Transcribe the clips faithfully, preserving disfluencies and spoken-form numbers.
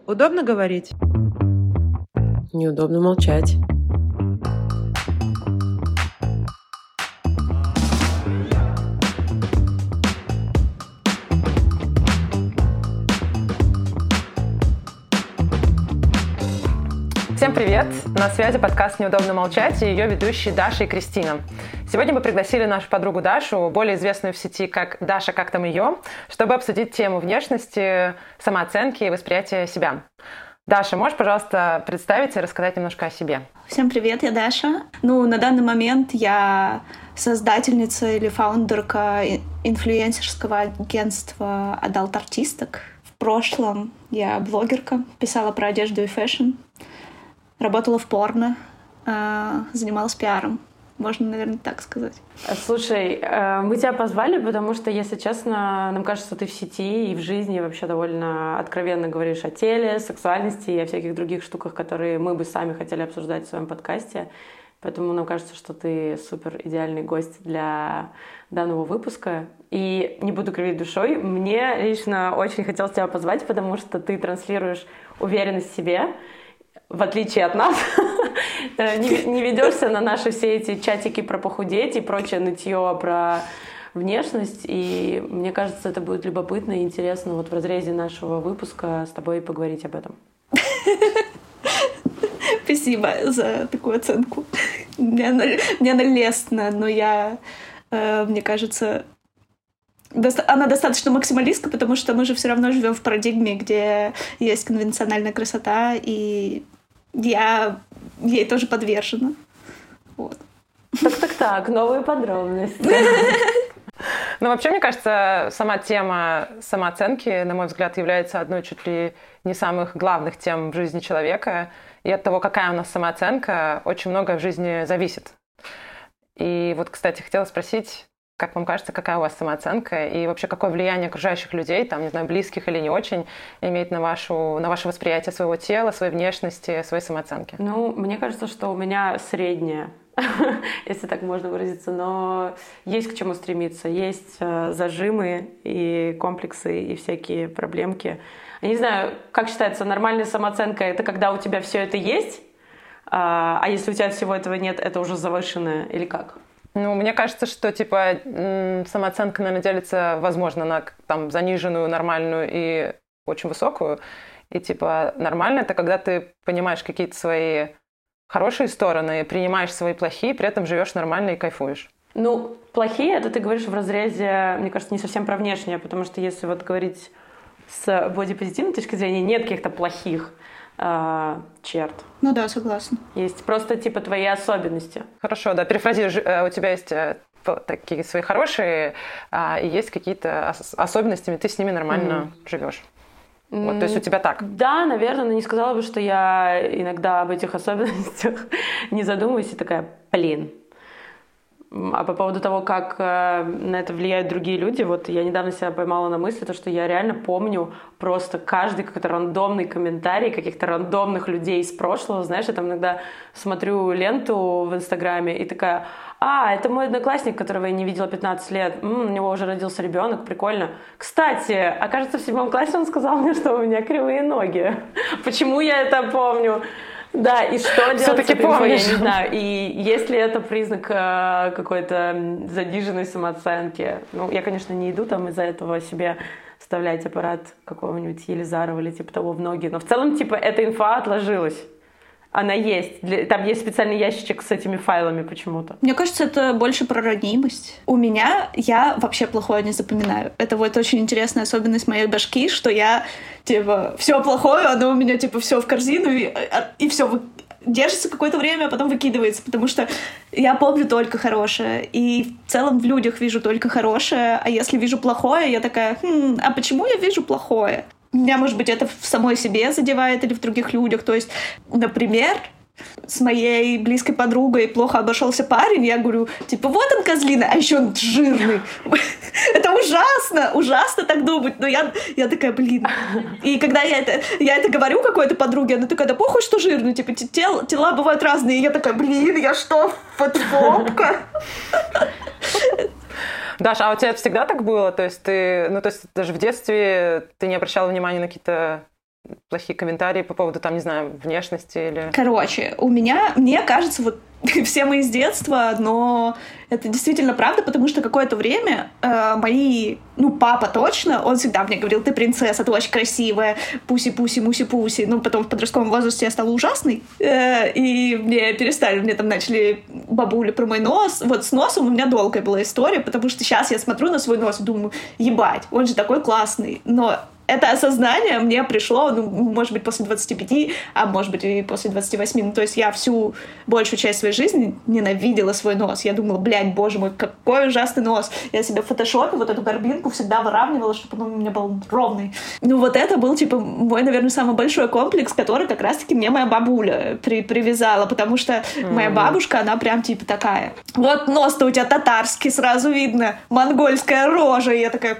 Удобно говорить? Неудобно молчать. Всем привет! На связи подкаст «Неудобно молчать» и ее ведущие Даша и Кристина. Сегодня мы пригласили нашу подругу Дашу, более известную в сети как Даша «Как там ее?», чтобы обсудить тему внешности, самооценки и восприятия себя. Даша, можешь, пожалуйста, представить и рассказать немножко о себе? Всем привет, я Даша. Ну, на данный момент я создательница или фаундерка инфлюенсерского агентства Adult Артисток. В прошлом я блогерка, писала про одежду и фэшн. Работала в порно, занималась пиаром. Можно, наверное, так сказать. Слушай, мы тебя позвали, потому что, если честно, нам кажется, что ты в сети и в жизни вообще довольно откровенно говоришь о теле, сексуальности и о всяких других штуках, которые мы бы сами хотели обсуждать в своем подкасте. Поэтому нам кажется, что ты супер идеальный гость для данного выпуска. И не буду кривить душой, мне лично очень хотелось тебя позвать, потому что ты транслируешь уверенность в себе, в отличие от нас, не, не ведешься на наши все эти чатики про похудеть и прочее нытье про внешность. И мне кажется, это будет любопытно и интересно вот в разрезе нашего выпуска с тобой поговорить об этом. Спасибо за такую оценку. Мне она, мне она лестна, но я, э, мне кажется, доста- она достаточно максималистка, потому что мы же все равно живем в парадигме, где есть конвенциональная красота, и я ей тоже подвержена. Вот. Так-так-так, новые подробности. Ну, вообще, мне кажется, сама тема самооценки, на мой взгляд, является одной чуть ли не самых главных тем в жизни человека. И от того, какая у нас самооценка, очень многое в жизни зависит. И вот, кстати, хотела спросить, как вам кажется, какая у вас самооценка и вообще какое влияние окружающих людей, там, не знаю, близких или не очень, имеет на, вашу, на ваше восприятие своего тела, своей внешности, своей самооценки? Ну, мне кажется, что у меня средняя, если так можно выразиться, но есть к чему стремиться, есть зажимы и комплексы и всякие проблемки. Я не знаю, как считается, нормальная самооценка — это когда у тебя все это есть, а если у тебя всего этого нет, это уже завышенное или как? Ну, мне кажется, что, типа, самооценка, наверное, делится, возможно, на там заниженную, нормальную и очень высокую. И, типа, нормально — это когда ты понимаешь какие-то свои хорошие стороны, принимаешь свои плохие, при этом живешь нормально и кайфуешь. Ну, плохие — это ты говоришь в разрезе, мне кажется, не совсем про внешнее, потому что если вот говорить с бодипозитивной точки зрения, нет каких-то плохих э, черт. Ну да, согласна. Есть просто типа твои особенности. Хорошо, да, перефразирую, у тебя есть такие свои хорошие, а, и есть какие-то ос- особенности, и ты с ними нормально mm. живешь. Вот, то есть у тебя так? Да, наверное, но не сказала бы, что я иногда об этих особенностях не задумываюсь и такая, блин. А по поводу того, как э, на это влияют другие люди, вот я недавно себя поймала на мысли, то, что я реально помню просто каждый какой-то рандомный комментарий каких-то рандомных людей из прошлого. Знаешь, я там иногда смотрю ленту в Инстаграме и такая, а, это мой одноклассник, которого я не видела пятнадцать лет, М, у него уже родился ребенок, прикольно. Кстати, окажется, в седьмом классе он сказал мне, что у меня кривые ноги. Почему я это помню? Да, и что делать Все-таки с этой инфой, я помнишь. не знаю. И есть ли это признак э, какой-то заниженной самооценки? Ну, я, конечно, не иду там из-за этого себе вставлять аппарат какого-нибудь Елизарова или типа того в ноги. Но в целом, типа, эта инфа отложилась. Она есть. Там есть специальный ящичек с этими файлами почему-то. Мне кажется, это больше про ранимость. У меня я вообще плохое не запоминаю. Это вот очень интересная особенность моей башки, что я, типа, все плохое, оно у меня, типа, все в корзину, и, и все держится какое-то время, а потом выкидывается, потому что я помню только хорошее. И в целом в людях вижу только хорошее, а если вижу плохое, я такая, хм, а почему я вижу плохое? Меня, может быть, это в самой себе задевает или в других людях. То есть, например, с моей близкой подругой плохо обошелся парень, я говорю, типа, вот он козлина, а еще он жирный. Это ужасно, ужасно так думать, но я, я такая, блин. И когда я это, я это говорю какой-то подруге, она такая, да похуй, что жирный, типа, тел, тела бывают разные. И я такая, блин, я что, фотофобка? Даша, а у тебя это всегда так было? То есть ты, ну, то есть даже в детстве ты не обращала внимания на какие-то плохие комментарии по поводу, там, не знаю, внешности или... Короче, у меня, мне кажется, вот все мы из детства, но это действительно правда, потому что какое-то время э, мои, ну, папа точно, он всегда мне говорил: ты принцесса, ты очень красивая, пуси-пуси, муси-пуси. Ну, потом в подростковом возрасте я стала ужасной, э, и мне перестали, мне там начали бабули про мой нос. Вот с носом у меня долгая была история, потому что сейчас я смотрю на свой нос и думаю: ебать, он же такой классный. Но это осознание мне пришло, ну, может быть, после двадцати пяти, а может быть, и после двадцати восьми. Ну, то есть я всю большую часть своей жизни ненавидела свой нос. Я думала: блядь, боже мой, какой ужасный нос. Я себе в фотошопе вот эту горбинку всегда выравнивала, чтобы он у меня был ровный. Ну, вот это был, типа, мой, наверное, самый большой комплекс, который как раз-таки мне моя бабуля при привязала, потому что mm-hmm. моя бабушка, она прям, типа, такая: вот нос-то у тебя татарский, сразу видно, монгольская рожа. И я такая: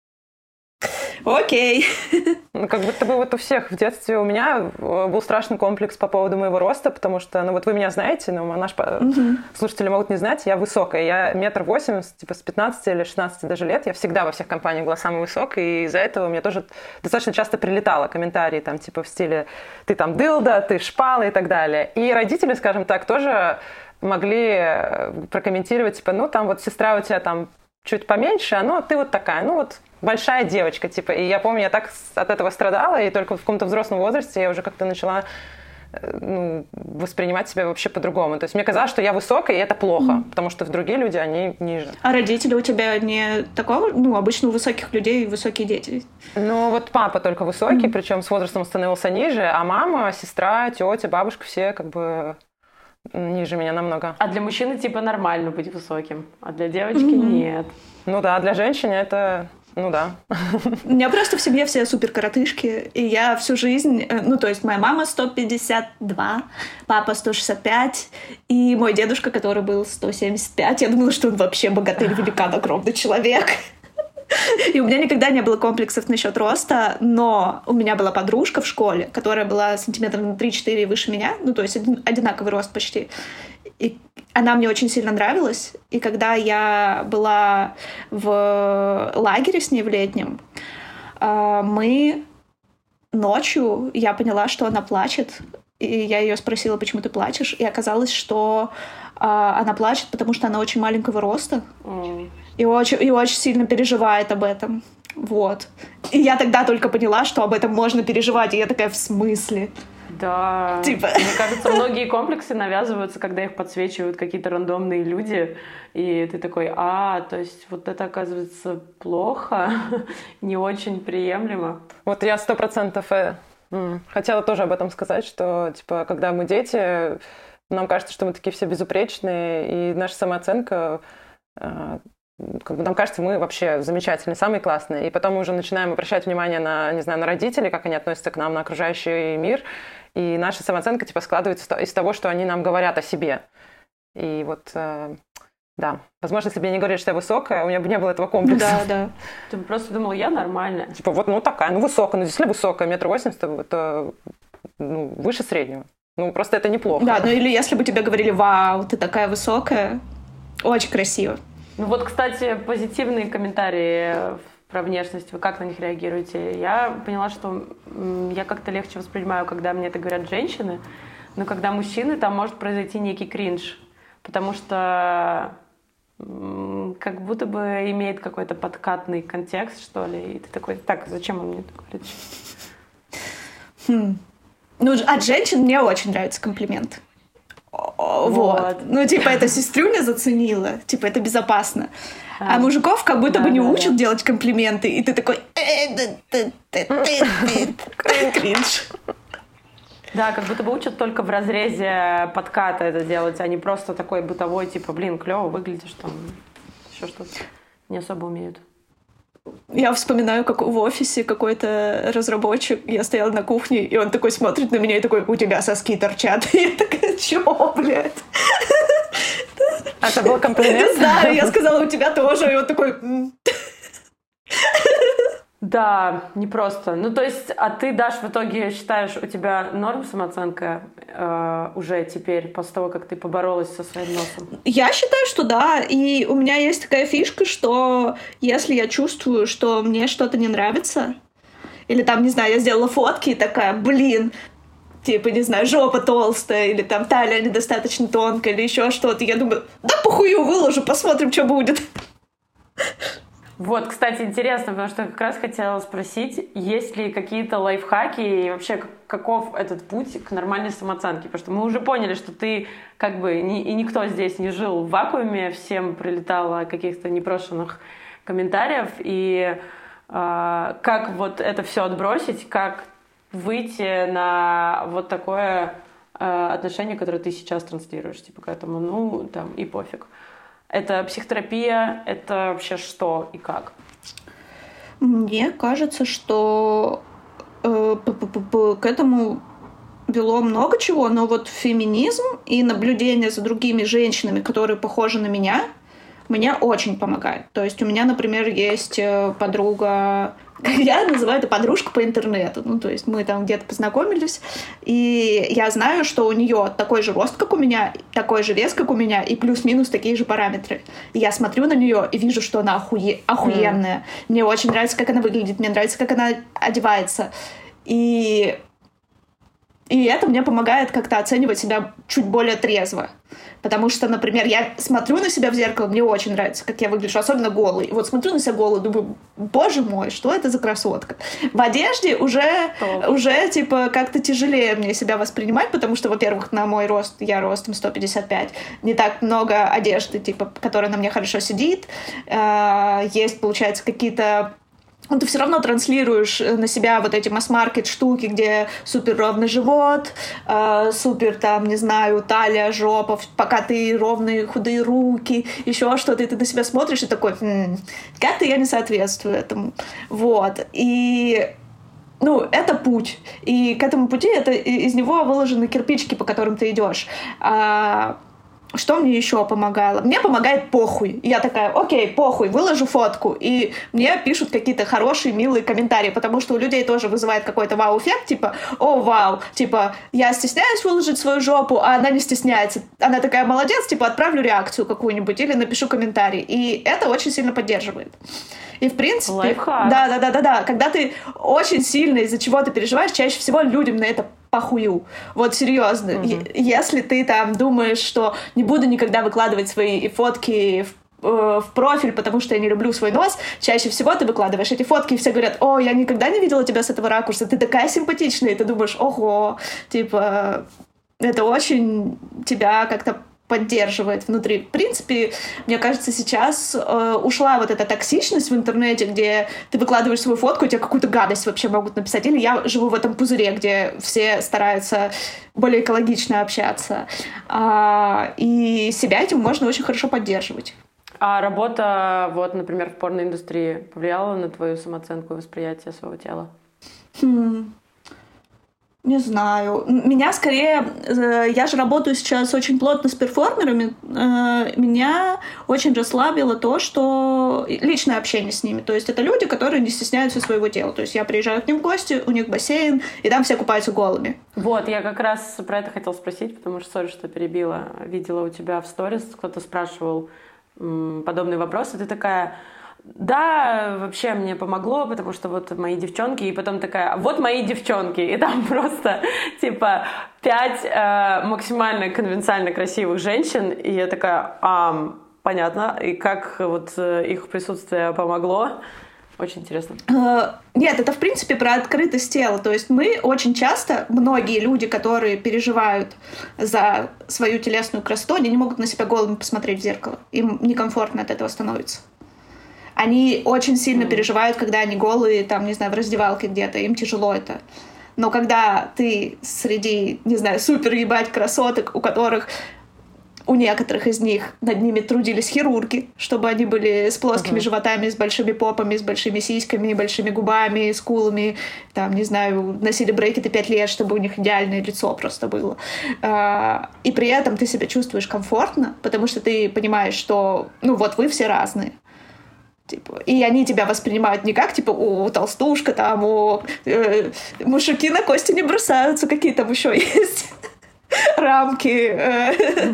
окей. Ну, как будто бы вот у всех в детстве у меня был страшный комплекс по поводу моего роста, потому что, ну, вот вы меня знаете, но наши угу. слушатели могут не знать, я высокая, я метр восемьдесят, типа с пятнадцати или шестнадцати даже лет, я всегда во всех компаниях была самой высокой, и из-за этого мне тоже достаточно часто прилетало комментарии, там, типа, в стиле: ты там дылда, ты шпала и так далее. И родители, скажем так, тоже могли прокомментировать, типа: ну, там вот сестра у тебя там чуть поменьше, ну, ты вот такая, ну, вот большая девочка, типа. И я помню, я так от этого страдала, и только в каком-то взрослом возрасте я уже как-то начала, ну, воспринимать себя вообще по-другому. То есть мне казалось, что я высокая, и это плохо, mm. потому что другие люди, они ниже. А родители у тебя не такого? Ну, обычно у высоких людей высокие дети. Ну, вот папа только высокий, mm. причем с возрастом становился ниже, а мама, сестра, тетя, бабушка, все как бы ниже меня намного. А для мужчины типа нормально быть высоким, а для девочки mm-hmm. нет. Ну да, для женщины это... Ну да. У меня просто в семье все супер коротышки, и я всю жизнь, ну то есть моя мама сто пятьдесят два, папа сто шестьдесят пять, и мой дедушка, который был сто семьдесят пять, я думала, что он вообще богатырь, великан, огромный человек. И у меня никогда не было комплексов насчет роста, но у меня была подружка в школе, которая была сантиметров на три-четыре выше меня, ну то есть одинаковый рост почти. И она мне очень сильно нравилась. И когда я была в лагере с ней в летнем, мы ночью, я поняла, что она плачет. И я ее спросила: почему ты плачешь? И оказалось, что она плачет, потому что она очень маленького роста. Mm. И, очень, и очень сильно переживает об этом. Вот. И я тогда только поняла, что об этом можно переживать. И я такая: в смысле? Да, типа. Мне кажется, многие комплексы навязываются, когда их подсвечивают какие-то рандомные люди, и ты такой: а, то есть вот это, оказывается, плохо, не очень приемлемо. Вот я сто процентов хотела тоже об этом сказать, что, типа, когда мы дети, нам кажется, что мы такие все безупречные, и наша самооценка... Как бы нам кажется, мы вообще замечательные, самые классные. И потом мы уже начинаем обращать внимание на, не знаю, на родителей, как они относятся к нам, на окружающий мир. И наша самооценка типа складывается из того, что они нам говорят о себе. И вот, э, да. Возможно, если бы я не говорила, что я высокая, у меня бы не было этого комплекса. Да, да. Ты бы просто думала: я нормальная. Типа вот, ну такая, ну высокая, ну действительно высокая, метр восемьдесят, это ну, выше среднего. Ну просто это неплохо. Да, ну или если бы тебе говорили: вау, ты такая высокая, очень красиво. Ну вот, кстати, позитивные комментарии про внешность, вы как на них реагируете? Я поняла, что я как-то легче воспринимаю, когда мне это говорят женщины, но когда мужчины, там может произойти некий кринж, потому что как будто бы имеет какой-то подкатный контекст, что ли, и ты такой: так, зачем он мне это говорит? Хм. Ну, от женщин мне очень нравится комплимент. Вот. вот. Ну, типа, это сестрюня заценила. Типа, это безопасно. А, а мужиков как будто да, бы не да, учат да. делать комплименты. И ты такой... Кринж. Да, как будто бы учат только в разрезе подката это делать, а не просто такой бытовой, типа: блин, клево выглядишь, там еще что-то. Не особо умеют. Я вспоминаю, как в офисе какой-то разработчик, я стояла на кухне, и он такой смотрит на меня и такой: у тебя соски торчат. И я такая: чё, блядь? А это был комплимент? Не знаю, я сказала: у тебя тоже. И он такой... Да, не просто. Ну, то есть, а ты, Даш, в итоге считаешь, у тебя норм самооценка э, уже теперь, после того, как ты поборолась со своим носом? Я считаю, что да. И у меня есть такая фишка, что если я чувствую, что мне что-то не нравится, Или там, не знаю, я сделала фотки и такая, блин, типа, не знаю, жопа толстая, или там талия недостаточно тонкая, или еще что-то. Я думаю, да похую, выложу, посмотрим, что будет. Вот, кстати, интересно, потому что как раз хотела спросить, есть ли какие-то лайфхаки и вообще каков этот путь к нормальной самооценке? Потому что мы уже поняли, что ты как бы ни, и никто здесь не жил в вакууме, всем прилетало каких-то непрошенных комментариев. И э, как вот это все отбросить, как выйти на вот такое э, отношение, которое ты сейчас транслируешь, типа к этому, ну, там, и пофиг. Это психотерапия, это вообще что и как? Мне кажется, что э, к этому вело много чего, но вот феминизм и наблюдение за другими женщинами, которые похожи на меня, мне очень помогает. То есть у меня, например, есть подруга, я называю это подружка по интернету. Ну, то есть мы там где-то познакомились, и я знаю, что у нее такой же рост, как у меня, такой же вес, как у меня, и плюс-минус такие же параметры. И я смотрю на нее и вижу, что она охуе... охуенная. Mm. Мне очень нравится, как она выглядит, мне нравится, как она одевается. И... И это мне помогает как-то оценивать себя чуть более трезво. Потому что, например, я смотрю на себя в зеркало, мне очень нравится, как я выгляжу, особенно голой. И вот смотрю на себя голой, думаю, боже мой, что это за красотка? В одежде уже, уже типа, как-то тяжелее мне себя воспринимать, потому что, во-первых, на мой рост, я ростом сто пятьдесят пять, не так много одежды, типа, которая на мне хорошо сидит. Есть, получается, какие-то... Ну, ты все равно транслируешь на себя вот эти масс-маркет штуки, где супер ровный живот, э, супер, там, не знаю, талия, жопа, пока ты ровные худые руки, еще что-то, и ты на себя смотришь и такой, хм, как-то я не соответствую этому. Вот. И... Ну, это путь. И к этому пути это, из него выложены кирпичики, по которым ты идешь. А... Что мне еще помогало? Мне помогает похуй. Я такая, окей, похуй, выложу фотку. И мне пишут какие-то хорошие, милые комментарии, потому что у людей тоже вызывает какой-то вау-эффект, типа, о, вау, типа, я стесняюсь выложить свою жопу, а она не стесняется. Она такая, молодец, типа, отправлю реакцию какую-нибудь или напишу комментарий. И это очень сильно поддерживает. И, в принципе... Лайфхак. Да, да, да, да, да. Когда ты очень сильно из-за чего ты переживаешь, чаще всего людям на это похую. Вот серьезно. Mm-hmm. Если ты там думаешь, что не буду никогда выкладывать свои фотки в, э, в профиль, потому что я не люблю свой нос, чаще всего ты выкладываешь эти фотки, и все говорят, о, я никогда не видела тебя с этого ракурса, ты такая симпатичная, и ты думаешь, ого, типа, это очень тебя как-то поддерживает внутри. В принципе, мне кажется, сейчас э, ушла вот эта токсичность в интернете, где ты выкладываешь свою фотку, и тебе какую-то гадость вообще могут написать. Или я живу в этом пузыре, где все стараются более экологично общаться. А, и себя этим можно очень хорошо поддерживать. А работа, вот, например, в порноиндустрии повлияла на твою самооценку и восприятие своего тела? Хм... Не знаю. Меня скорее... Я же работаю сейчас очень плотно с перформерами. Меня очень расслабило то, что личное общение с ними. То есть это люди, которые не стесняются своего тела. То есть я приезжаю к ним в гости, у них бассейн, и там все купаются голыми. Вот, я как раз про это хотела спросить, потому что, сори, что перебила. Видела у тебя в сторис, кто-то спрашивал м, подобные вопросы. Ты такая... Да, вообще мне помогло, потому что вот мои девчонки, и потом такая, вот мои девчонки, и там просто типа пять э, максимально конвенциально красивых женщин, и я такая, а, понятно, и как вот э, их присутствие помогло, очень интересно. Нет, это в принципе про открытость тела, то есть мы очень часто, многие люди, которые переживают за свою телесную красоту, они не могут на себя голыми посмотреть в зеркало, им некомфортно от этого становится. Они очень сильно mm. переживают, когда они голые, там, не знаю, в раздевалке где-то, им тяжело это. Но когда ты среди, не знаю, супер ебать красоток, у которых, у некоторых из них над ними трудились хирурги, чтобы они были с плоскими uh-huh. животами, с большими попами, с большими сиськами, большими губами, скулами, там, не знаю, носили брекеты пять лет, чтобы у них идеальное лицо просто было. И при этом ты себя чувствуешь комфортно, потому что ты понимаешь, что, ну, вот вы все разные. Типа, и они тебя воспринимают не как, типа, о, толстушка, там, о, э, мужики на кости не бросаются, какие там еще есть рамки.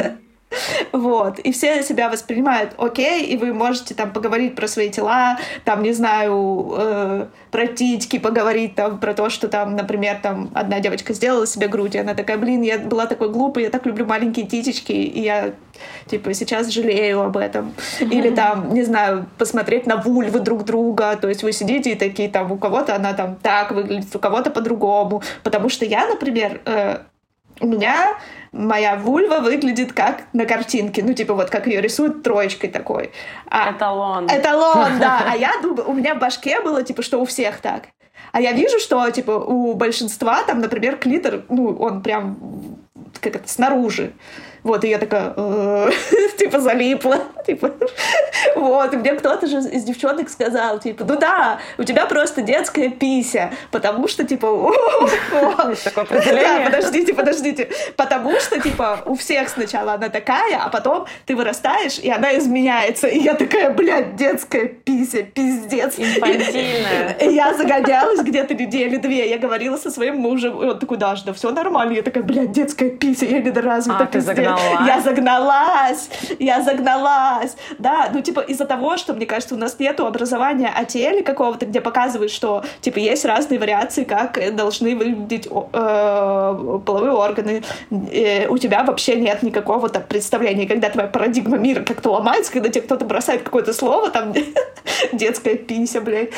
Вот. И все себя воспринимают окей, и вы можете там поговорить про свои тела, там, не знаю, э, про титьки поговорить, там, про то, что там, например, там одна девочка сделала себе грудь, и она такая, блин, я была такой глупой, я так люблю маленькие титечки, и я, типа, сейчас жалею об этом. Или там, не знаю, посмотреть на вульвы друг друга, то есть вы сидите и такие, там, у кого-то она там так выглядит, у кого-то по-другому. Потому что я, например, э, у меня моя вульва выглядит как на картинке. Ну, типа, вот как ее рисуют троечкой такой. А, эталон. Эталон, да. А я думаю, у меня в башке было, типа, что у всех так. А я вижу, что, типа, у большинства там, например, клитор, ну, он прям как это, снаружи. Вот, и я такая, типа, залипла. Типа, вот, и мне кто-то же из девчонок сказал, типа, ну да, у тебя просто детская пися, потому что, типа, такое определение. Подождите, подождите. Потому что, типа, у всех сначала она такая, а потом ты вырастаешь, и она изменяется. И я такая, блядь, детская пися, пиздец. Инфантильная. И я загонялась где-то недели две. Я говорила со своим мужем, и он такой, Даш, да все нормально. Я такая, блядь, детская пися, я недоразвита. А, ты загналась. Я загналась, я загналась. Да, ну, типа, из-за того, что, мне кажется, у нас нету образования о теле какого-то, где показывают, что, типа, есть разные вариации, как должны выглядеть э, половые органы. И у тебя вообще нет никакого там представления. И когда твоя парадигма мира как-то ломается, когда тебе кто-то бросает какое-то слово, там, детская пися, блядь.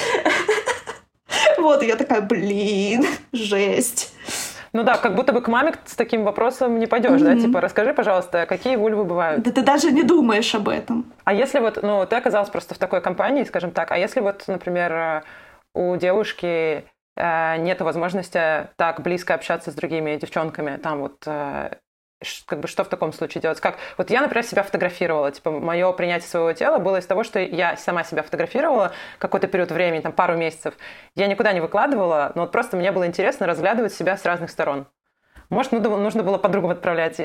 Вот, и я такая, блин, жесть. Ну да, как будто бы к маме с таким вопросом не пойдешь, mm-hmm. да? Типа, расскажи, пожалуйста, какие вульвы бывают? Да ты даже не думаешь об этом. А если вот, ну, ты оказалась просто в такой компании, скажем так, а если вот, например, у девушки э, нет возможности так близко общаться с другими девчонками, там вот... Э, как бы что в таком случае делать? Как? Вот я, например, себя фотографировала. Типа, мое принятие своего тела было из того, что я сама себя фотографировала какой-то период времени, там, пару месяцев. Я никуда не выкладывала, но вот просто мне было интересно разглядывать себя с разных сторон. Может, нужно было подругам отправлять.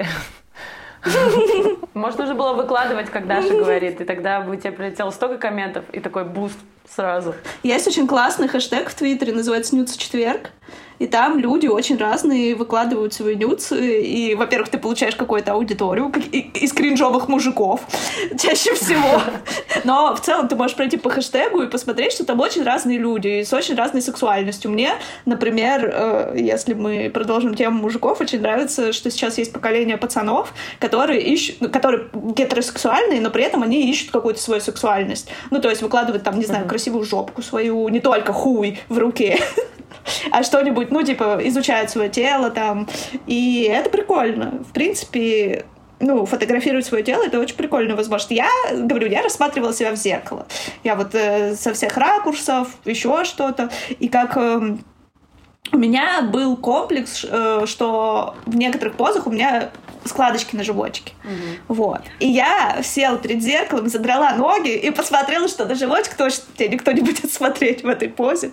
Может, нужно было выкладывать, как Даша говорит, и тогда бы тебе прилетело столько комментов, и такой буст сразу. Есть очень классный хэштег в Твиттере, называется «Нюдс-четверг». И там люди очень разные выкладывают свои нюцы. И, во-первых, ты получаешь какую-то аудиторию из кринжовых мужиков чаще всего. Но в целом ты можешь пройти по хэштегу и посмотреть, что там очень разные люди и с очень разной сексуальностью. Мне, например, если мы продолжим тему мужиков, очень нравится, что сейчас есть поколение пацанов, которые ищут, которые гетеросексуальные, но при этом они ищут какую-то свою сексуальность. Ну, то есть выкладывают там, не знаю, красивую жопку свою, не только хуй в руке, а что-нибудь, ну, типа, изучают свое тело там. И это прикольно. В принципе, ну, фотографировать свое тело — это очень прикольно. Возможно, я, говорю, я рассматривала себя в зеркало. Я вот э, со всех ракурсов, еще что-то. И как... Э, у меня был комплекс, э, что в некоторых позах у меня складочки на животике. Mm-hmm. Вот. И я села перед зеркалом, задрала ноги и посмотрела, что на животик точно тебе никто не будет смотреть в этой позе.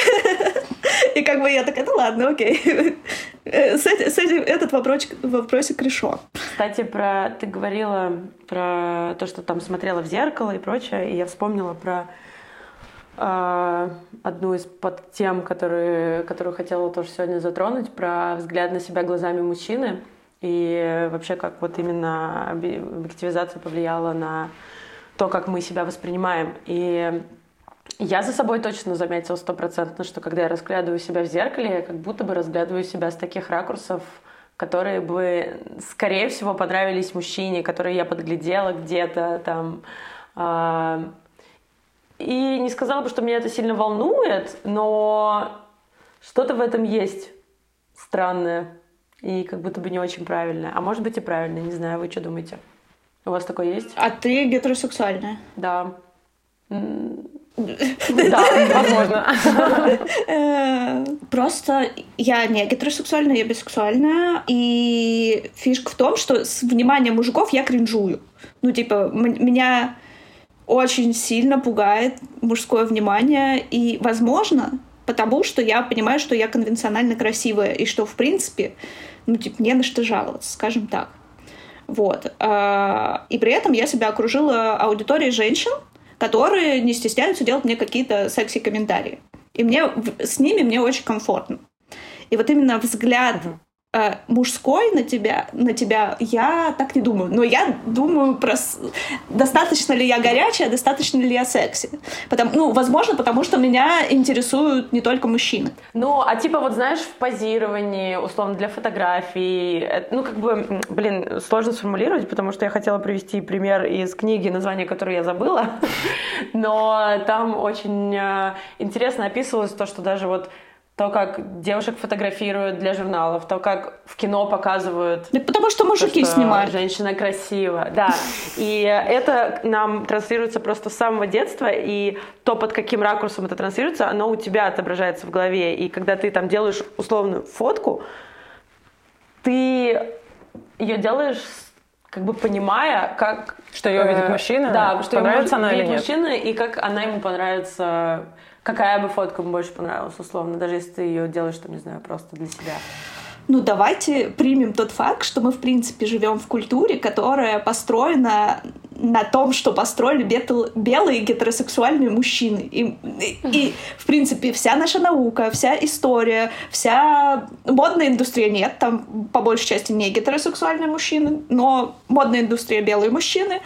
И как бы я такая, ну ладно, окей. С этим этот вопросик решен. Кстати, про ты говорила про то, что там смотрела в зеркало и прочее, и я вспомнила про Uh, одну из подтем, которую, которую хотела тоже сегодня затронуть, про взгляд на себя глазами мужчины и вообще как вот именно объективизация повлияла на то, как мы себя воспринимаем. И я за собой точно заметила стопроцентно, что когда я разглядываю себя в зеркале, я как будто бы разглядываю себя с таких ракурсов, которые бы, скорее всего, понравились мужчине, которые я подглядела где-то там. Uh, И не сказала бы, что меня это сильно волнует, но что-то в этом есть странное и как будто бы не очень правильное. А может быть и правильное, не знаю, вы что думаете? У вас такое есть? А ты гетеросексуальная? Да. Да, возможно. Просто я не гетеросексуальная, я бисексуальная. И фишка в том, что с вниманием мужиков я кринжую. Ну, типа, меня... очень сильно пугает мужское внимание, и, возможно, потому что я понимаю, что я конвенционально красивая, и что, в принципе, ну, типа, не на что жаловаться, скажем так. Вот. И при этом я себя окружила аудиторией женщин, которые не стесняются делать мне какие-то секси-комментарии. И мне, с ними мне очень комфортно. И вот именно взгляд uh-huh. э, мужской на тебя, на тебя, я так не думаю. Но я думаю про достаточно ли я горячая, достаточно ли я секси. Потому, ну, возможно, потому что меня интересуют не только мужчины. Ну, а типа вот знаешь, в позировании, условно, для фотографий, ну, как бы, блин, сложно сформулировать, потому что я хотела привести пример из книги, название которой я забыла, но там очень интересно описывалось то, что даже вот то, как девушек фотографируют для журналов, то, как в кино показывают... Да потому что мужики то, что снимают. Женщина красива, да. И это нам транслируется просто с самого детства, и то, под каким ракурсом это транслируется, оно у тебя отображается в голове. И когда ты там делаешь условную фотку, ты ее делаешь, как бы понимая, как... Что ее видит мужчина? Да, что понравится она или нет? мужчина, и как она ему понравится... Какая бы фотка ему больше понравилась, условно, даже если ты ее делаешь, там, не знаю, просто для себя. Ну, давайте примем тот факт, что мы, в принципе, живем в культуре, которая построена на том, что построили бел- белые гетеросексуальные мужчины. И, и, и, в принципе, вся наша наука, вся история, вся модная индустрия, нет, там, по большей части, не гетеросексуальные мужчины, но модная индустрия — белые мужчины,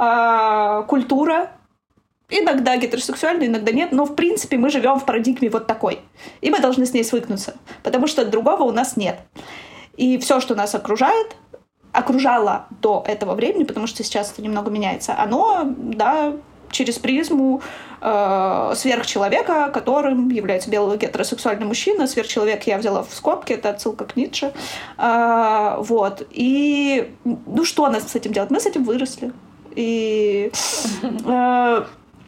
э- культура, иногда гетеросексуальный, иногда нет, но, в принципе, мы живем в парадигме вот такой. И мы должны с ней свыкнуться, потому что другого у нас нет. И все, что нас окружает, окружало до этого времени, потому что сейчас это немного меняется, оно, да, через призму э, сверхчеловека, которым является белый гетеросексуальный мужчина. Сверхчеловек я взяла в скобки, это отсылка к Ницше. Э, вот. И, ну, что нас с этим делать? Мы с этим выросли. И... Э,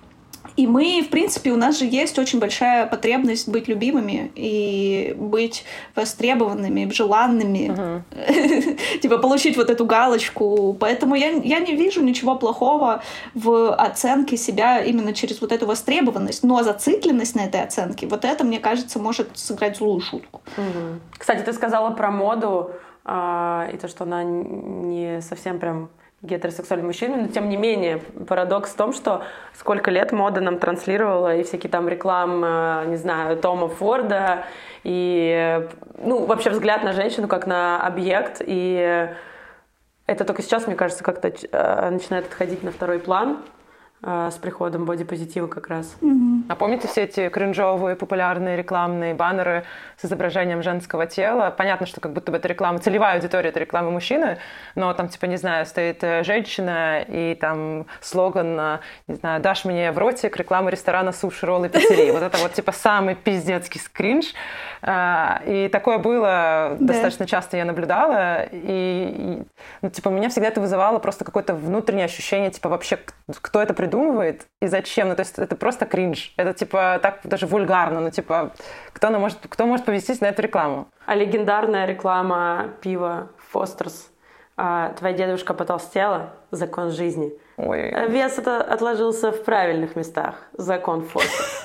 И мы, в принципе, у нас же есть очень большая потребность быть любимыми и быть востребованными, желанными, uh-huh. типа получить вот эту галочку. Поэтому я, я не вижу ничего плохого в оценке себя именно через вот эту востребованность. Но зацикленность на этой оценке, вот это, мне кажется, может сыграть злую шутку. Uh-huh. Кстати, ты сказала про моду а, и то, что она не совсем прям... гетеросексуальным мужчинам, но тем не менее парадокс в том, что сколько лет мода нам транслировала и всякие там рекламы, не знаю, Тома Форда и, ну, вообще взгляд на женщину как на объект, и это только сейчас, мне кажется, как-то начинает отходить на второй план с приходом бодипозитива как раз. Mm-hmm. А помните все эти кринжовые популярные рекламные баннеры с изображением женского тела? Понятно, что как будто бы это реклама, целевая аудитория — это реклама мужчины, но там, типа, не знаю, стоит женщина и там слоган, не знаю, «Дашь мне в ротик», реклама ресторана «Суши, роллы, пиццерии». Вот это вот, типа, самый пиздецкий кринж. И такое было достаточно часто, я наблюдала. И, ну, типа, меня всегда это вызывало просто какое-то внутреннее ощущение, типа, вообще, кто это придумывает и зачем? Ну, то есть это просто кринж. Это, типа, так даже вульгарно. Ну, типа, кто, может, кто может повестись на эту рекламу? А легендарная реклама пива «Фостерс». «Твоя дедушка потолстела. Закон жизни». Ой. Вес это отложился в правильных местах. Закон Фостерс.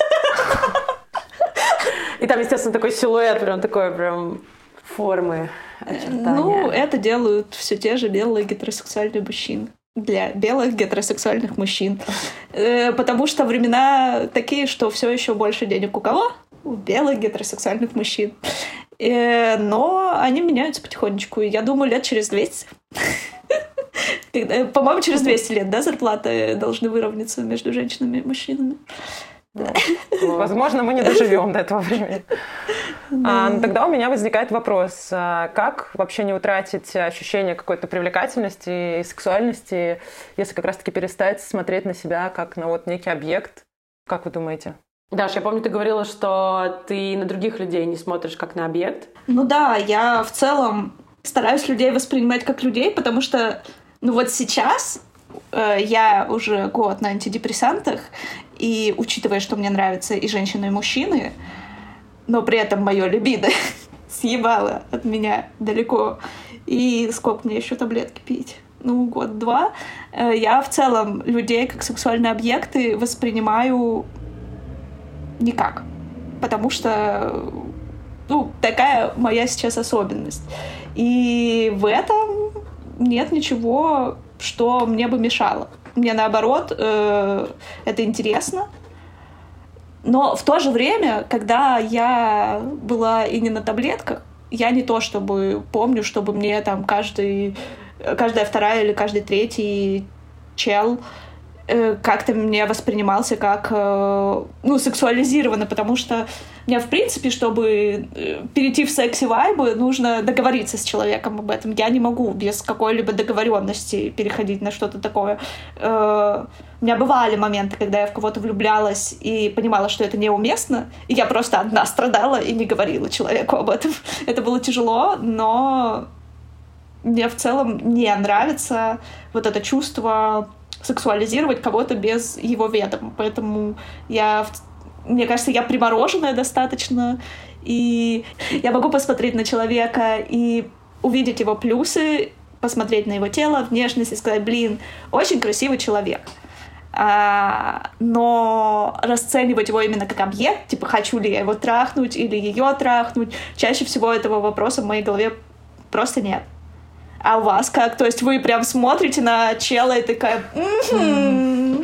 И там, естественно, такой силуэт, прям такой, прям формы, очертания. Ну, это делают все те же белые гетеросексуальные мужчины. Для белых гетеросексуальных мужчин. Потому что времена такие, что все еще больше денег у кого? У белых гетеросексуальных мужчин. Но они меняются потихонечку. Я думаю, лет через двести. По-моему, через двести лет, да, зарплаты должны выровняться между женщинами и мужчинами. Да. Возможно, мы не доживем до этого времени. Да. А, тогда у меня возникает вопрос, как вообще не утратить ощущение какой-то привлекательности и сексуальности, если как раз-таки перестать смотреть на себя как на вот некий объект? Как вы думаете? Даш, я помню, ты говорила, что ты на других людей не смотришь как на объект. Ну да, я в целом стараюсь людей воспринимать как людей, потому что, ну вот сейчас э, я уже год на антидепрессантах, и учитывая, что мне нравятся и женщины, и мужчины, но при этом мое либидо съебало от меня далеко, и сколько мне еще таблетки пить? Ну, год-два. Э, я в целом людей как сексуальные объекты воспринимаю никак, потому что, ну, такая моя сейчас особенность. И в этом нет ничего, что мне бы мешало. Мне, наоборот, э, это интересно. Но в то же время, когда я была и не на таблетках, я не то чтобы помню, чтобы мне там каждый, каждая вторая или каждый третий чел как-то мне воспринимался как, ну, сексуализированно, потому что мне, в принципе, чтобы перейти в секси-вайбы, нужно договориться с человеком об этом. Я не могу без какой-либо договоренности переходить на что-то такое. У меня бывали моменты, когда я в кого-то влюблялась и понимала, что это неуместно, и я просто одна страдала и не говорила человеку об этом. Это было тяжело, но мне в целом не нравится вот это чувство сексуализировать кого-то без его ведома. Поэтому я, мне кажется, я примороженная достаточно, и я могу посмотреть на человека и увидеть его плюсы, посмотреть на его тело, внешность и сказать: блин, очень красивый человек. А, но расценивать его именно как объект, типа, хочу ли я его трахнуть или ее трахнуть, чаще всего этого вопроса в моей голове просто нет. А у вас как? То есть вы прям смотрите на чела и такая... Ну,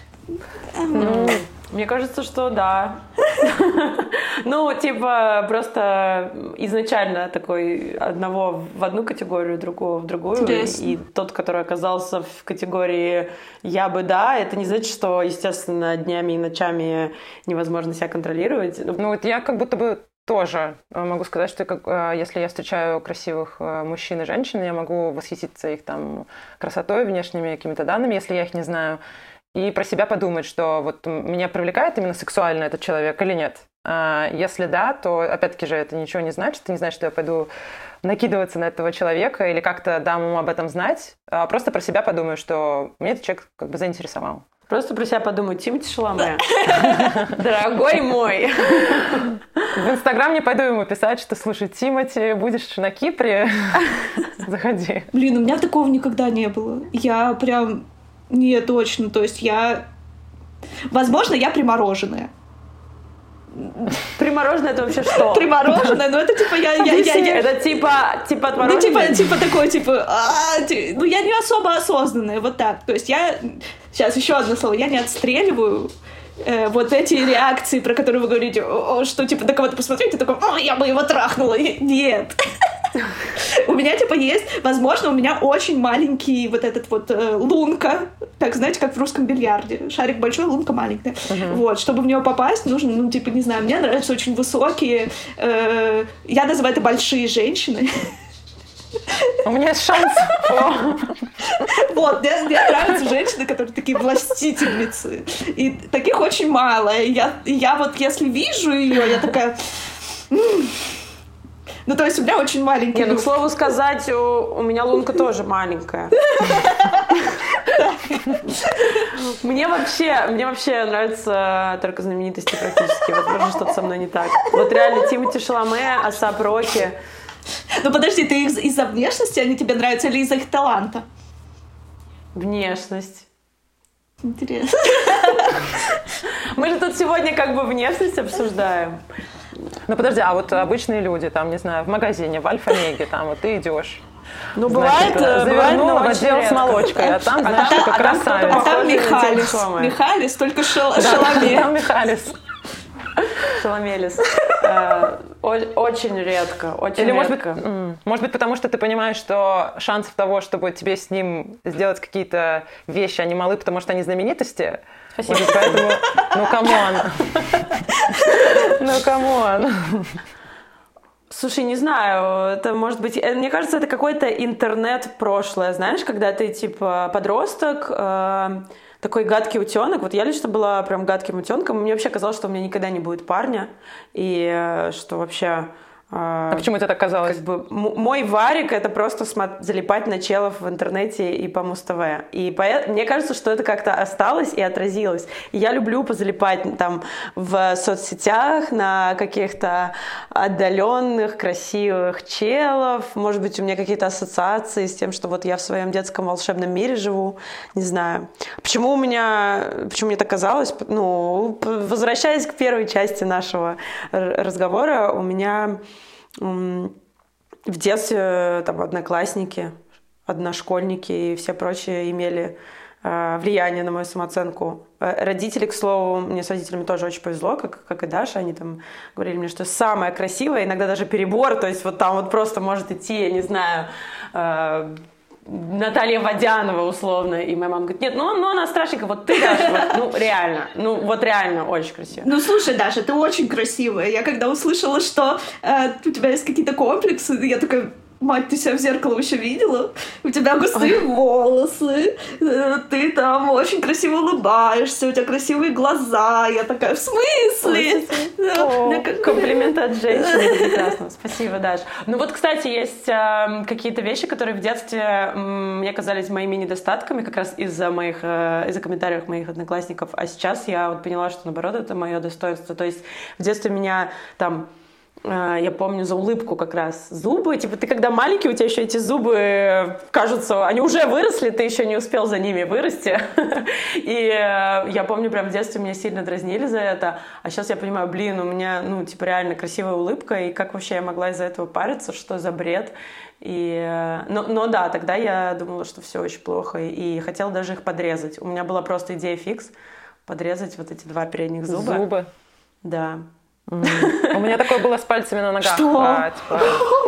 мне кажется, что да. Ну, типа, просто изначально такой одного в одну категорию, другого в другую. Интересно. И тот, который оказался в категории «я бы да», это не значит, что, естественно, днями и ночами невозможно себя контролировать. Ну, вот я как будто бы тоже могу сказать, что как, если я встречаю красивых мужчин и женщин, я могу восхититься их там красотой, внешними какими-то данными, если я их не знаю, и про себя подумать, что вот меня привлекает именно сексуально этот человек или нет. Если да, то, опять-таки же, это ничего не значит. Это не значит, что я пойду накидываться на этого человека или как-то дам ему об этом знать. А просто про себя подумаю, что мне этот человек как бы заинтересовал. Просто про себя подумаю: Тимати Шаламе, дорогой мой. В Инстаграм не пойду ему писать, что, слушай, Тимати, будешь на Кипре? Заходи. Блин, у меня такого никогда не было. Я прям... Не, точно. То есть я... Возможно, я примороженная. Примороженное — это вообще что? Примороженное, ну это типа я... я, я, я... Это типа, типа Ну типа, отмороженное? типа такой, типа... А, ти... Ну я не особо осознанная, вот так. То есть я... Сейчас еще одно слово. Я не отстреливаю э, вот эти реакции, про которые вы говорите, о, что типа на кого-то посмотреть, и такой: о, я бы его трахнула. И... Нет. У меня, типа, есть... Возможно, у меня очень маленький вот этот вот э, лунка. Так, знаете, как в русском бильярде. Шарик большой, лунка маленькая. Uh-huh. Вот. Чтобы в него попасть, нужно, ну, типа, не знаю, мне нравятся очень высокие... Э, я называю это большие женщины. У меня есть шанс. Вот, мне, мне нравятся женщины, которые такие властительницы. И таких очень мало. И я, и я вот, если вижу ее, я такая... Ну, то есть у меня очень маленький... Не, ну, к слову сказать, у, у меня лунка тоже маленькая. Мне вообще, мне вообще нравятся только знаменитости практически. Возможно, что-то со мной не так. Вот реально Тимати Шаламе, Асап Роки. Ну, подожди, ты их из-за внешности они тебе нравятся или из-за их таланта? Внешность. Интересно. Мы же тут сегодня как бы внешность обсуждаем. Ну подожди, а вот обычные люди, там, не знаю, в магазине, в Альфа-Меге, там, вот ты идешь, ну, бывает, значит, завернула в отдел с молочкой, а там, знаешь, а, такой а красавец. А там Михалис. Михалис, только шел, да, Шаламе. Там Михалис. Шаламелис. Очень редко, очень Или, может редко. Быть, может быть, потому что ты понимаешь, что шансов того, чтобы тебе с ним сделать какие-то вещи, они малы, потому что они знаменитости. Спасибо. Может, поэтому, ну, камон. Ну, камон. Слушай, не знаю, это может быть... Мне кажется, это какое-то интернет-прошлое, знаешь, когда ты, типа, подросток, э, такой гадкий утенок. Вот я лично была прям гадким утенком. Мне вообще казалось, что у меня никогда не будет парня, и э, что вообще... А почему тебе так казалось? Как бы, м- мой варик — это просто смо- залипать на челов в интернете и по Муз-ТВ. И по- мне кажется, что это как-то осталось и отразилось. И я люблю позалипать там в соцсетях на каких-то отдаленных, красивых челов. Может быть, у меня какие-то ассоциации с тем, что вот я в своем детском волшебном мире живу. Не знаю. Почему у меня... Почему мне так казалось? Ну, возвращаясь к первой части нашего разговора, у меня... В детстве там одноклассники, одношкольники и все прочие имели влияние на мою самооценку. Родители, к слову, мне с родителями тоже очень повезло, как, как и Даша, они там говорили мне, что самое красивое, иногда даже перебор, то есть вот там вот просто может идти, я не знаю, э, Наталья Водянова условно, и моя мама говорит, нет, ну, ну она страшненькая, вот ты, Даша, вот, ну реально, ну вот реально очень красиво. Ну слушай, Даша, ты очень красивая. Я когда услышала, что э, у тебя есть какие-то комплексы, я такая... Мать, ты себя в зеркало вообще видела? У тебя густые волосы, ты там очень красиво улыбаешься, у тебя красивые глаза. Я такая, в смысле? О, комплименты от женщины, прекрасно. Спасибо, Даш. Ну вот, кстати, есть э, какие-то вещи, которые в детстве э, мне казались моими недостатками, как раз из-за моих, э, из-за комментариев моих одноклассников. А сейчас я вот поняла, что наоборот, это мое достоинство. То есть в детстве меня там... Я помню за улыбку как раз. Зубы, типа ты когда маленький, у тебя еще эти зубы кажутся, они уже выросли, ты еще не успел за ними вырасти. И я помню, прям в детстве меня сильно дразнили за это. А сейчас я понимаю, блин, у меня, ну, типа реально красивая улыбка, и как вообще я могла из-за этого париться, что за бред. И, но, но да, тогда я думала, что все очень плохо, и хотела даже их подрезать. У меня была просто идея фикс подрезать вот эти два передних зуба. Зубы? Да. Mm. У меня такое было с пальцами на ногах. Что? А, типа,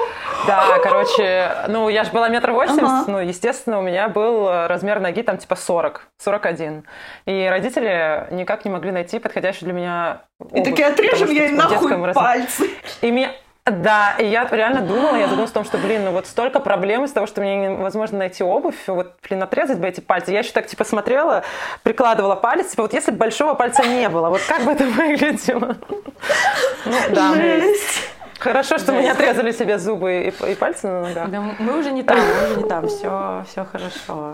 да, короче, ну, я же была метр восемьдесят, ага. Ну, естественно, у меня был размер ноги там типа сорок, сорок один. И родители никак не могли найти подходящую для меня обувь. И такие, отрежем ей нахуй пальцы. И меня... Да, и я реально думала, я задумалась о том, что, блин, ну вот столько проблем из того, что мне невозможно найти обувь, вот, блин, отрезать бы эти пальцы. Я еще так, типа, смотрела, прикладывала палец, типа, вот если бы большого пальца не было, вот как бы это выглядело? Ну, да. Хорошо, что мы не отрезали себе зубы и, и пальцы на ногах. Да, мы уже не там, мы уже не там, все, все хорошо.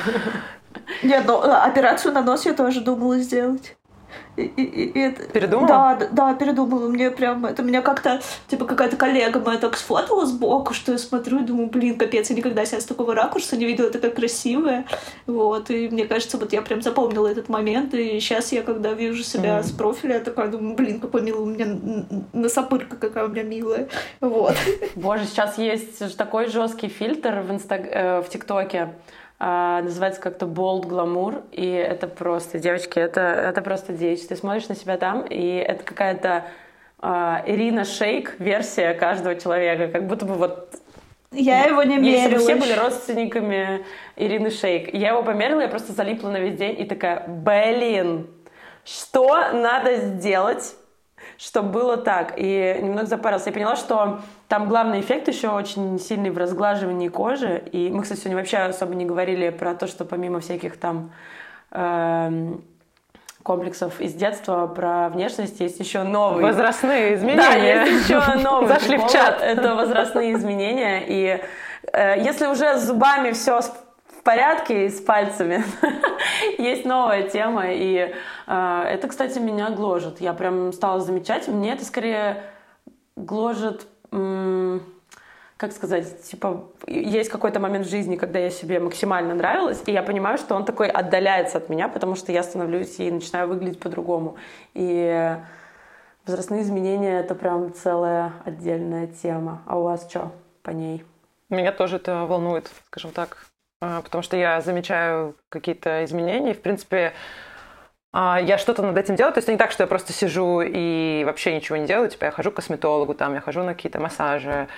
Нет, ну, операцию на нос я тоже думала сделать. И, и, и это... Передумала? Да, да, передумала. Мне прям, это меня как-то, типа, какая-то коллега моя так сфотала сбоку, что я смотрю и думаю, блин, капец, я никогда себя с такого ракурса не видела, такая красивая. Вот, и мне кажется, вот я прям запомнила этот момент, и сейчас я, когда вижу себя mm. с профиля, я такая думаю, блин, какой милый у меня носопырка, какая у меня милая. Вот. Боже, сейчас есть такой жесткий фильтр в, инстаг... э, в ТикТоке, Uh, называется как-то Bold Glamour, и это просто, девочки, это, это просто дичь. Ты смотришь на себя там, и это какая-то uh, Ирина Шейк версия каждого человека, как будто бы вот... Я его не мерила. Если бы все были родственниками Ирины Шейк. Я его померила, я просто залипла на весь день и такая, блин, что надо сделать, чтобы было так? И немного запарилась. Я поняла, что там главный эффект еще очень сильный в разглаживании кожи. И мы, кстати, сегодня вообще особо не говорили про то, что помимо всяких там э, комплексов из детства про внешность есть еще новые... Возрастные изменения. Да, есть еще новые. Зашли в чат. Это возрастные изменения. И э, если уже с зубами все в порядке и с пальцами, есть новая тема. И э, это, кстати, меня гложет. Я прям стала замечать. Мне это скорее гложет... как сказать, типа, есть какой-то момент в жизни, когда я себе максимально нравилась, и я понимаю, что он такой отдаляется от меня, потому что я становлюсь и начинаю выглядеть по-другому. И возрастные изменения — это прям целая отдельная тема. А у вас что по ней? Меня тоже это волнует, скажем так, потому что я замечаю какие-то изменения, в принципе, я что-то над этим делаю, то есть не так, что я просто сижу и вообще ничего не делаю, типа я хожу к косметологу, там, я хожу на какие-то массажи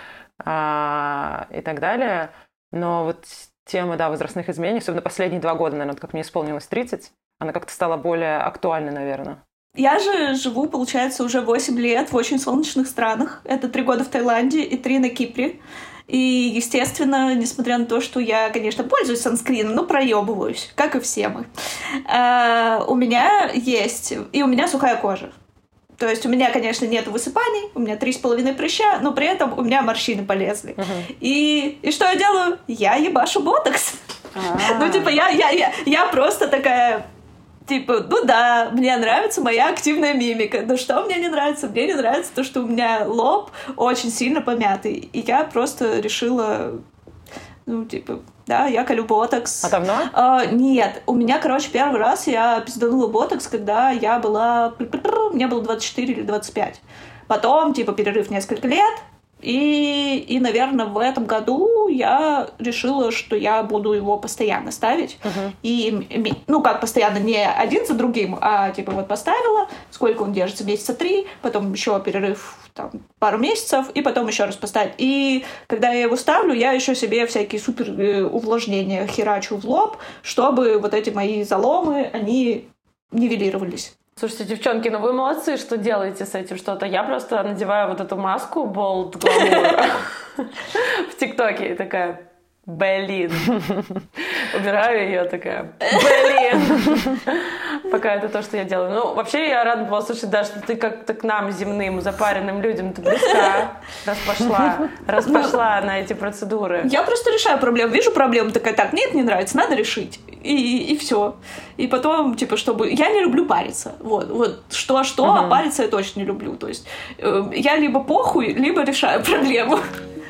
а, и так далее, но вот тема, да, возрастных изменений, особенно последние два года, наверное, как мне исполнилось тридцать, она как-то стала более актуальной, наверное. Я же живу, получается, уже восемь лет в очень солнечных странах. Это три года в Таиланде и три на Кипре. И, естественно, несмотря на то, что я, конечно, пользуюсь санскрином, но проебываюсь, как и все мы. А, у меня есть... И у меня сухая кожа. То есть у меня, конечно, нет высыпаний, у меня три с половиной прыща, но при этом у меня морщины полезли. Uh-huh. И, и что я делаю? Я ебашу ботокс. Uh-huh. Ну, типа, я, я, я, я просто такая... Типа, ну да, мне нравится моя активная мимика. Но что мне не нравится? Мне не нравится то, что у меня лоб очень сильно помятый. И я просто решила, ну, типа, да, я колю ботокс. А давно? А, нет, у меня, короче, первый раз я пизданула ботокс, когда я была... Мне было двадцать четыре или двадцать пять. Потом, типа, перерыв несколько лет. И, и, наверное, в этом году я решила, что я буду его постоянно ставить. Uh-huh. И, ну, как постоянно, не один за другим, а типа вот поставила, сколько он держится, месяца три, потом еще перерыв там, пару месяцев, и потом еще раз поставить. И когда я его ставлю, я еще себе всякие супер увлажнения херачу в лоб, чтобы вот эти мои заломы, они нивелировались. Слушайте, девчонки, ну вы молодцы, что делаете с этим что-то. Я просто надеваю вот эту маску Bold Glamour в ТикТоке и такая, блин. Убираю ее, такая, блин. Пока это то, что я делаю. Ну, вообще я рада была слышать, да, что ты как-то к нам, земным, запаренным людям, ты близка, раз пошла, раз пошла на эти процедуры. Я просто решаю проблему. Вижу проблему, такая, так, мне это не нравится, надо решить. И, и все. И потом, типа, чтобы... Я не люблю париться. Вот, вот что-что, uh-huh. а париться я точно не люблю. То есть э, я либо похуй, либо решаю проблему.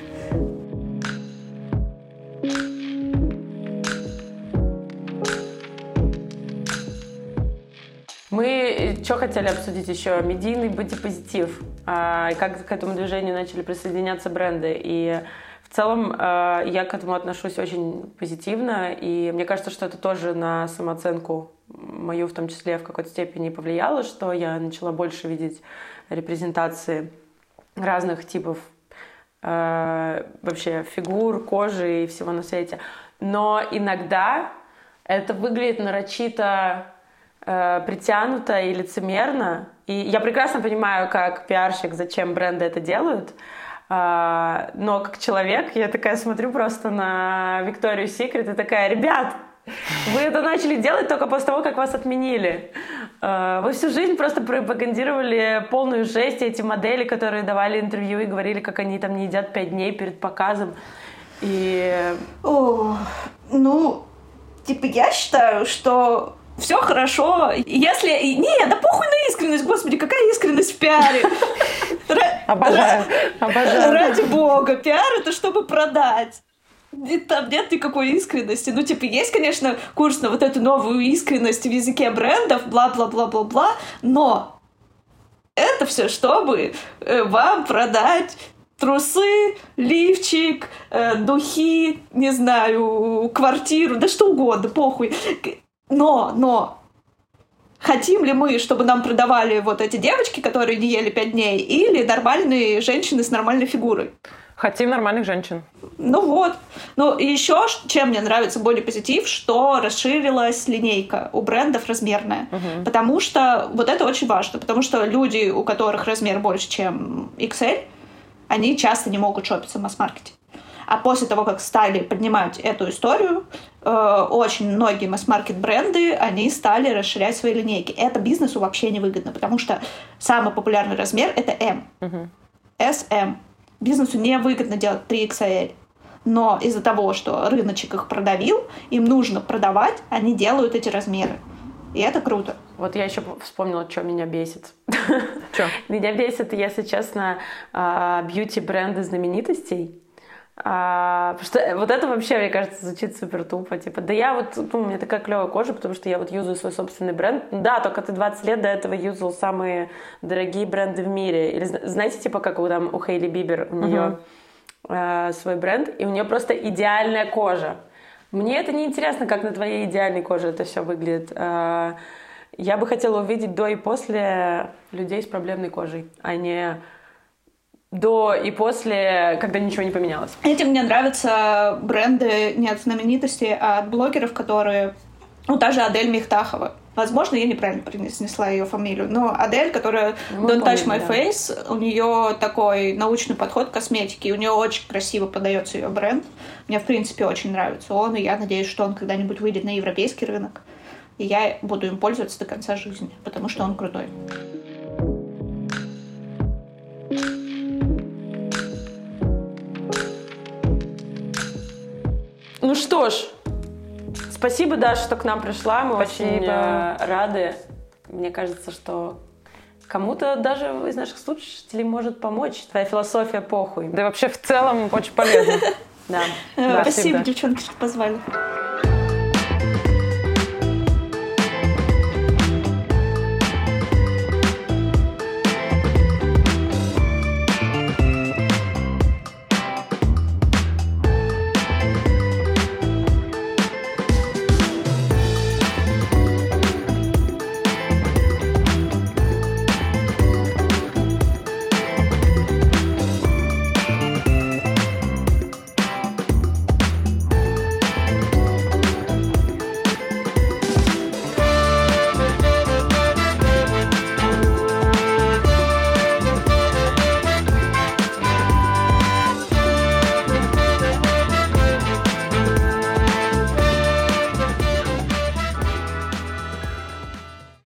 Мы что хотели обсудить еще? Медийный бодипозитив. А, и как к этому движению начали присоединяться бренды. И в целом а, я к этому отношусь очень позитивно. И мне кажется, что это тоже на самооценку мою в том числе в какой-то степени повлияло, что я начала больше видеть репрезентации разных типов а, вообще фигур, кожи и всего на свете. Но иногда это выглядит нарочито притянуто и лицемерно. И я прекрасно понимаю, как пиарщик, зачем бренды это делают. Но как человек, я такая смотрю просто на Victoria's Secret и такая, ребят, вы это начали делать только после того, как вас отменили. Вы всю жизнь просто пропагандировали полную жесть, эти модели, которые давали интервью и говорили, как они там не едят пять дней перед показом. И... О, ну, типа, я считаю, что все хорошо. Если... Не, да похуй на искренность, господи, какая искренность в пиаре. Обожаю, обожаю. Ради бога, пиар — это чтобы продать. И там нет никакой искренности. Ну, типа, есть, конечно, курс на вот эту новую искренность в языке брендов, бла-бла-бла-бла-бла, но это все, чтобы вам продать трусы, лифчик, духи, не знаю, квартиру, да что угодно, похуй. Но, но, хотим ли мы, чтобы нам продавали вот эти девочки, которые не ели пять дней, или нормальные женщины с нормальной фигурой? Хотим нормальных женщин. Ну вот. Ну и еще, чем мне нравится бодипозитив, что расширилась линейка у брендов размерная. Угу. Потому что вот это очень важно. Потому что люди, у которых размер больше, чем икс эль, они часто не могут шопиться в масс-маркете. А после того, как стали поднимать эту историю, э, очень многие масс-маркет бренды, они стали расширять свои линейки. Это бизнесу вообще невыгодно, потому что самый популярный размер — это эм. Uh-huh. эс эм. Бизнесу невыгодно делать три икс эль. Но из-за того, что рыночек их продавил, им нужно продавать, они делают эти размеры. И это круто. Вот я еще вспомнила, что меня бесит. Что? Меня бесит, если честно, бьюти-бренды знаменитостей. А, потому что вот это вообще, мне кажется, звучит супер тупо. Типа, да я вот, ну, у меня такая клевая кожа, потому что я вот юзаю свой собственный бренд. Да, только ты двадцать лет до этого юзал самые дорогие бренды в мире. Или знаете, типа, как у, там, у Хейли Бибер, у нее uh-huh. э, свой бренд, и у нее просто идеальная кожа. Мне это не интересно, как на твоей идеальной коже это все выглядит. Э, я бы хотела увидеть до и после людей с проблемной кожей, а не до и после, когда ничего не поменялось. Этим мне нравятся бренды не от знаменитостей, а от блогеров, которые... Ну, та же Адель Михтахова. Возможно, я неправильно произнесла ее фамилию, но Адель, которая Мы Don't помним, Touch My да. Face, у нее такой научный подход к косметике, и у нее очень красиво подается ее бренд. Мне, в принципе, очень нравится он, и я надеюсь, что он когда-нибудь выйдет на европейский рынок, и я буду им пользоваться до конца жизни, потому что он крутой. Ну что ж, спасибо, Даша, что к нам пришла. Мы спасибо. Очень э, рады. Мне кажется, что кому-то даже из наших слушателей может помочь. Твоя философия похуй. Да и вообще в целом очень полезно. Да. Спасибо, девчонки, что позвали.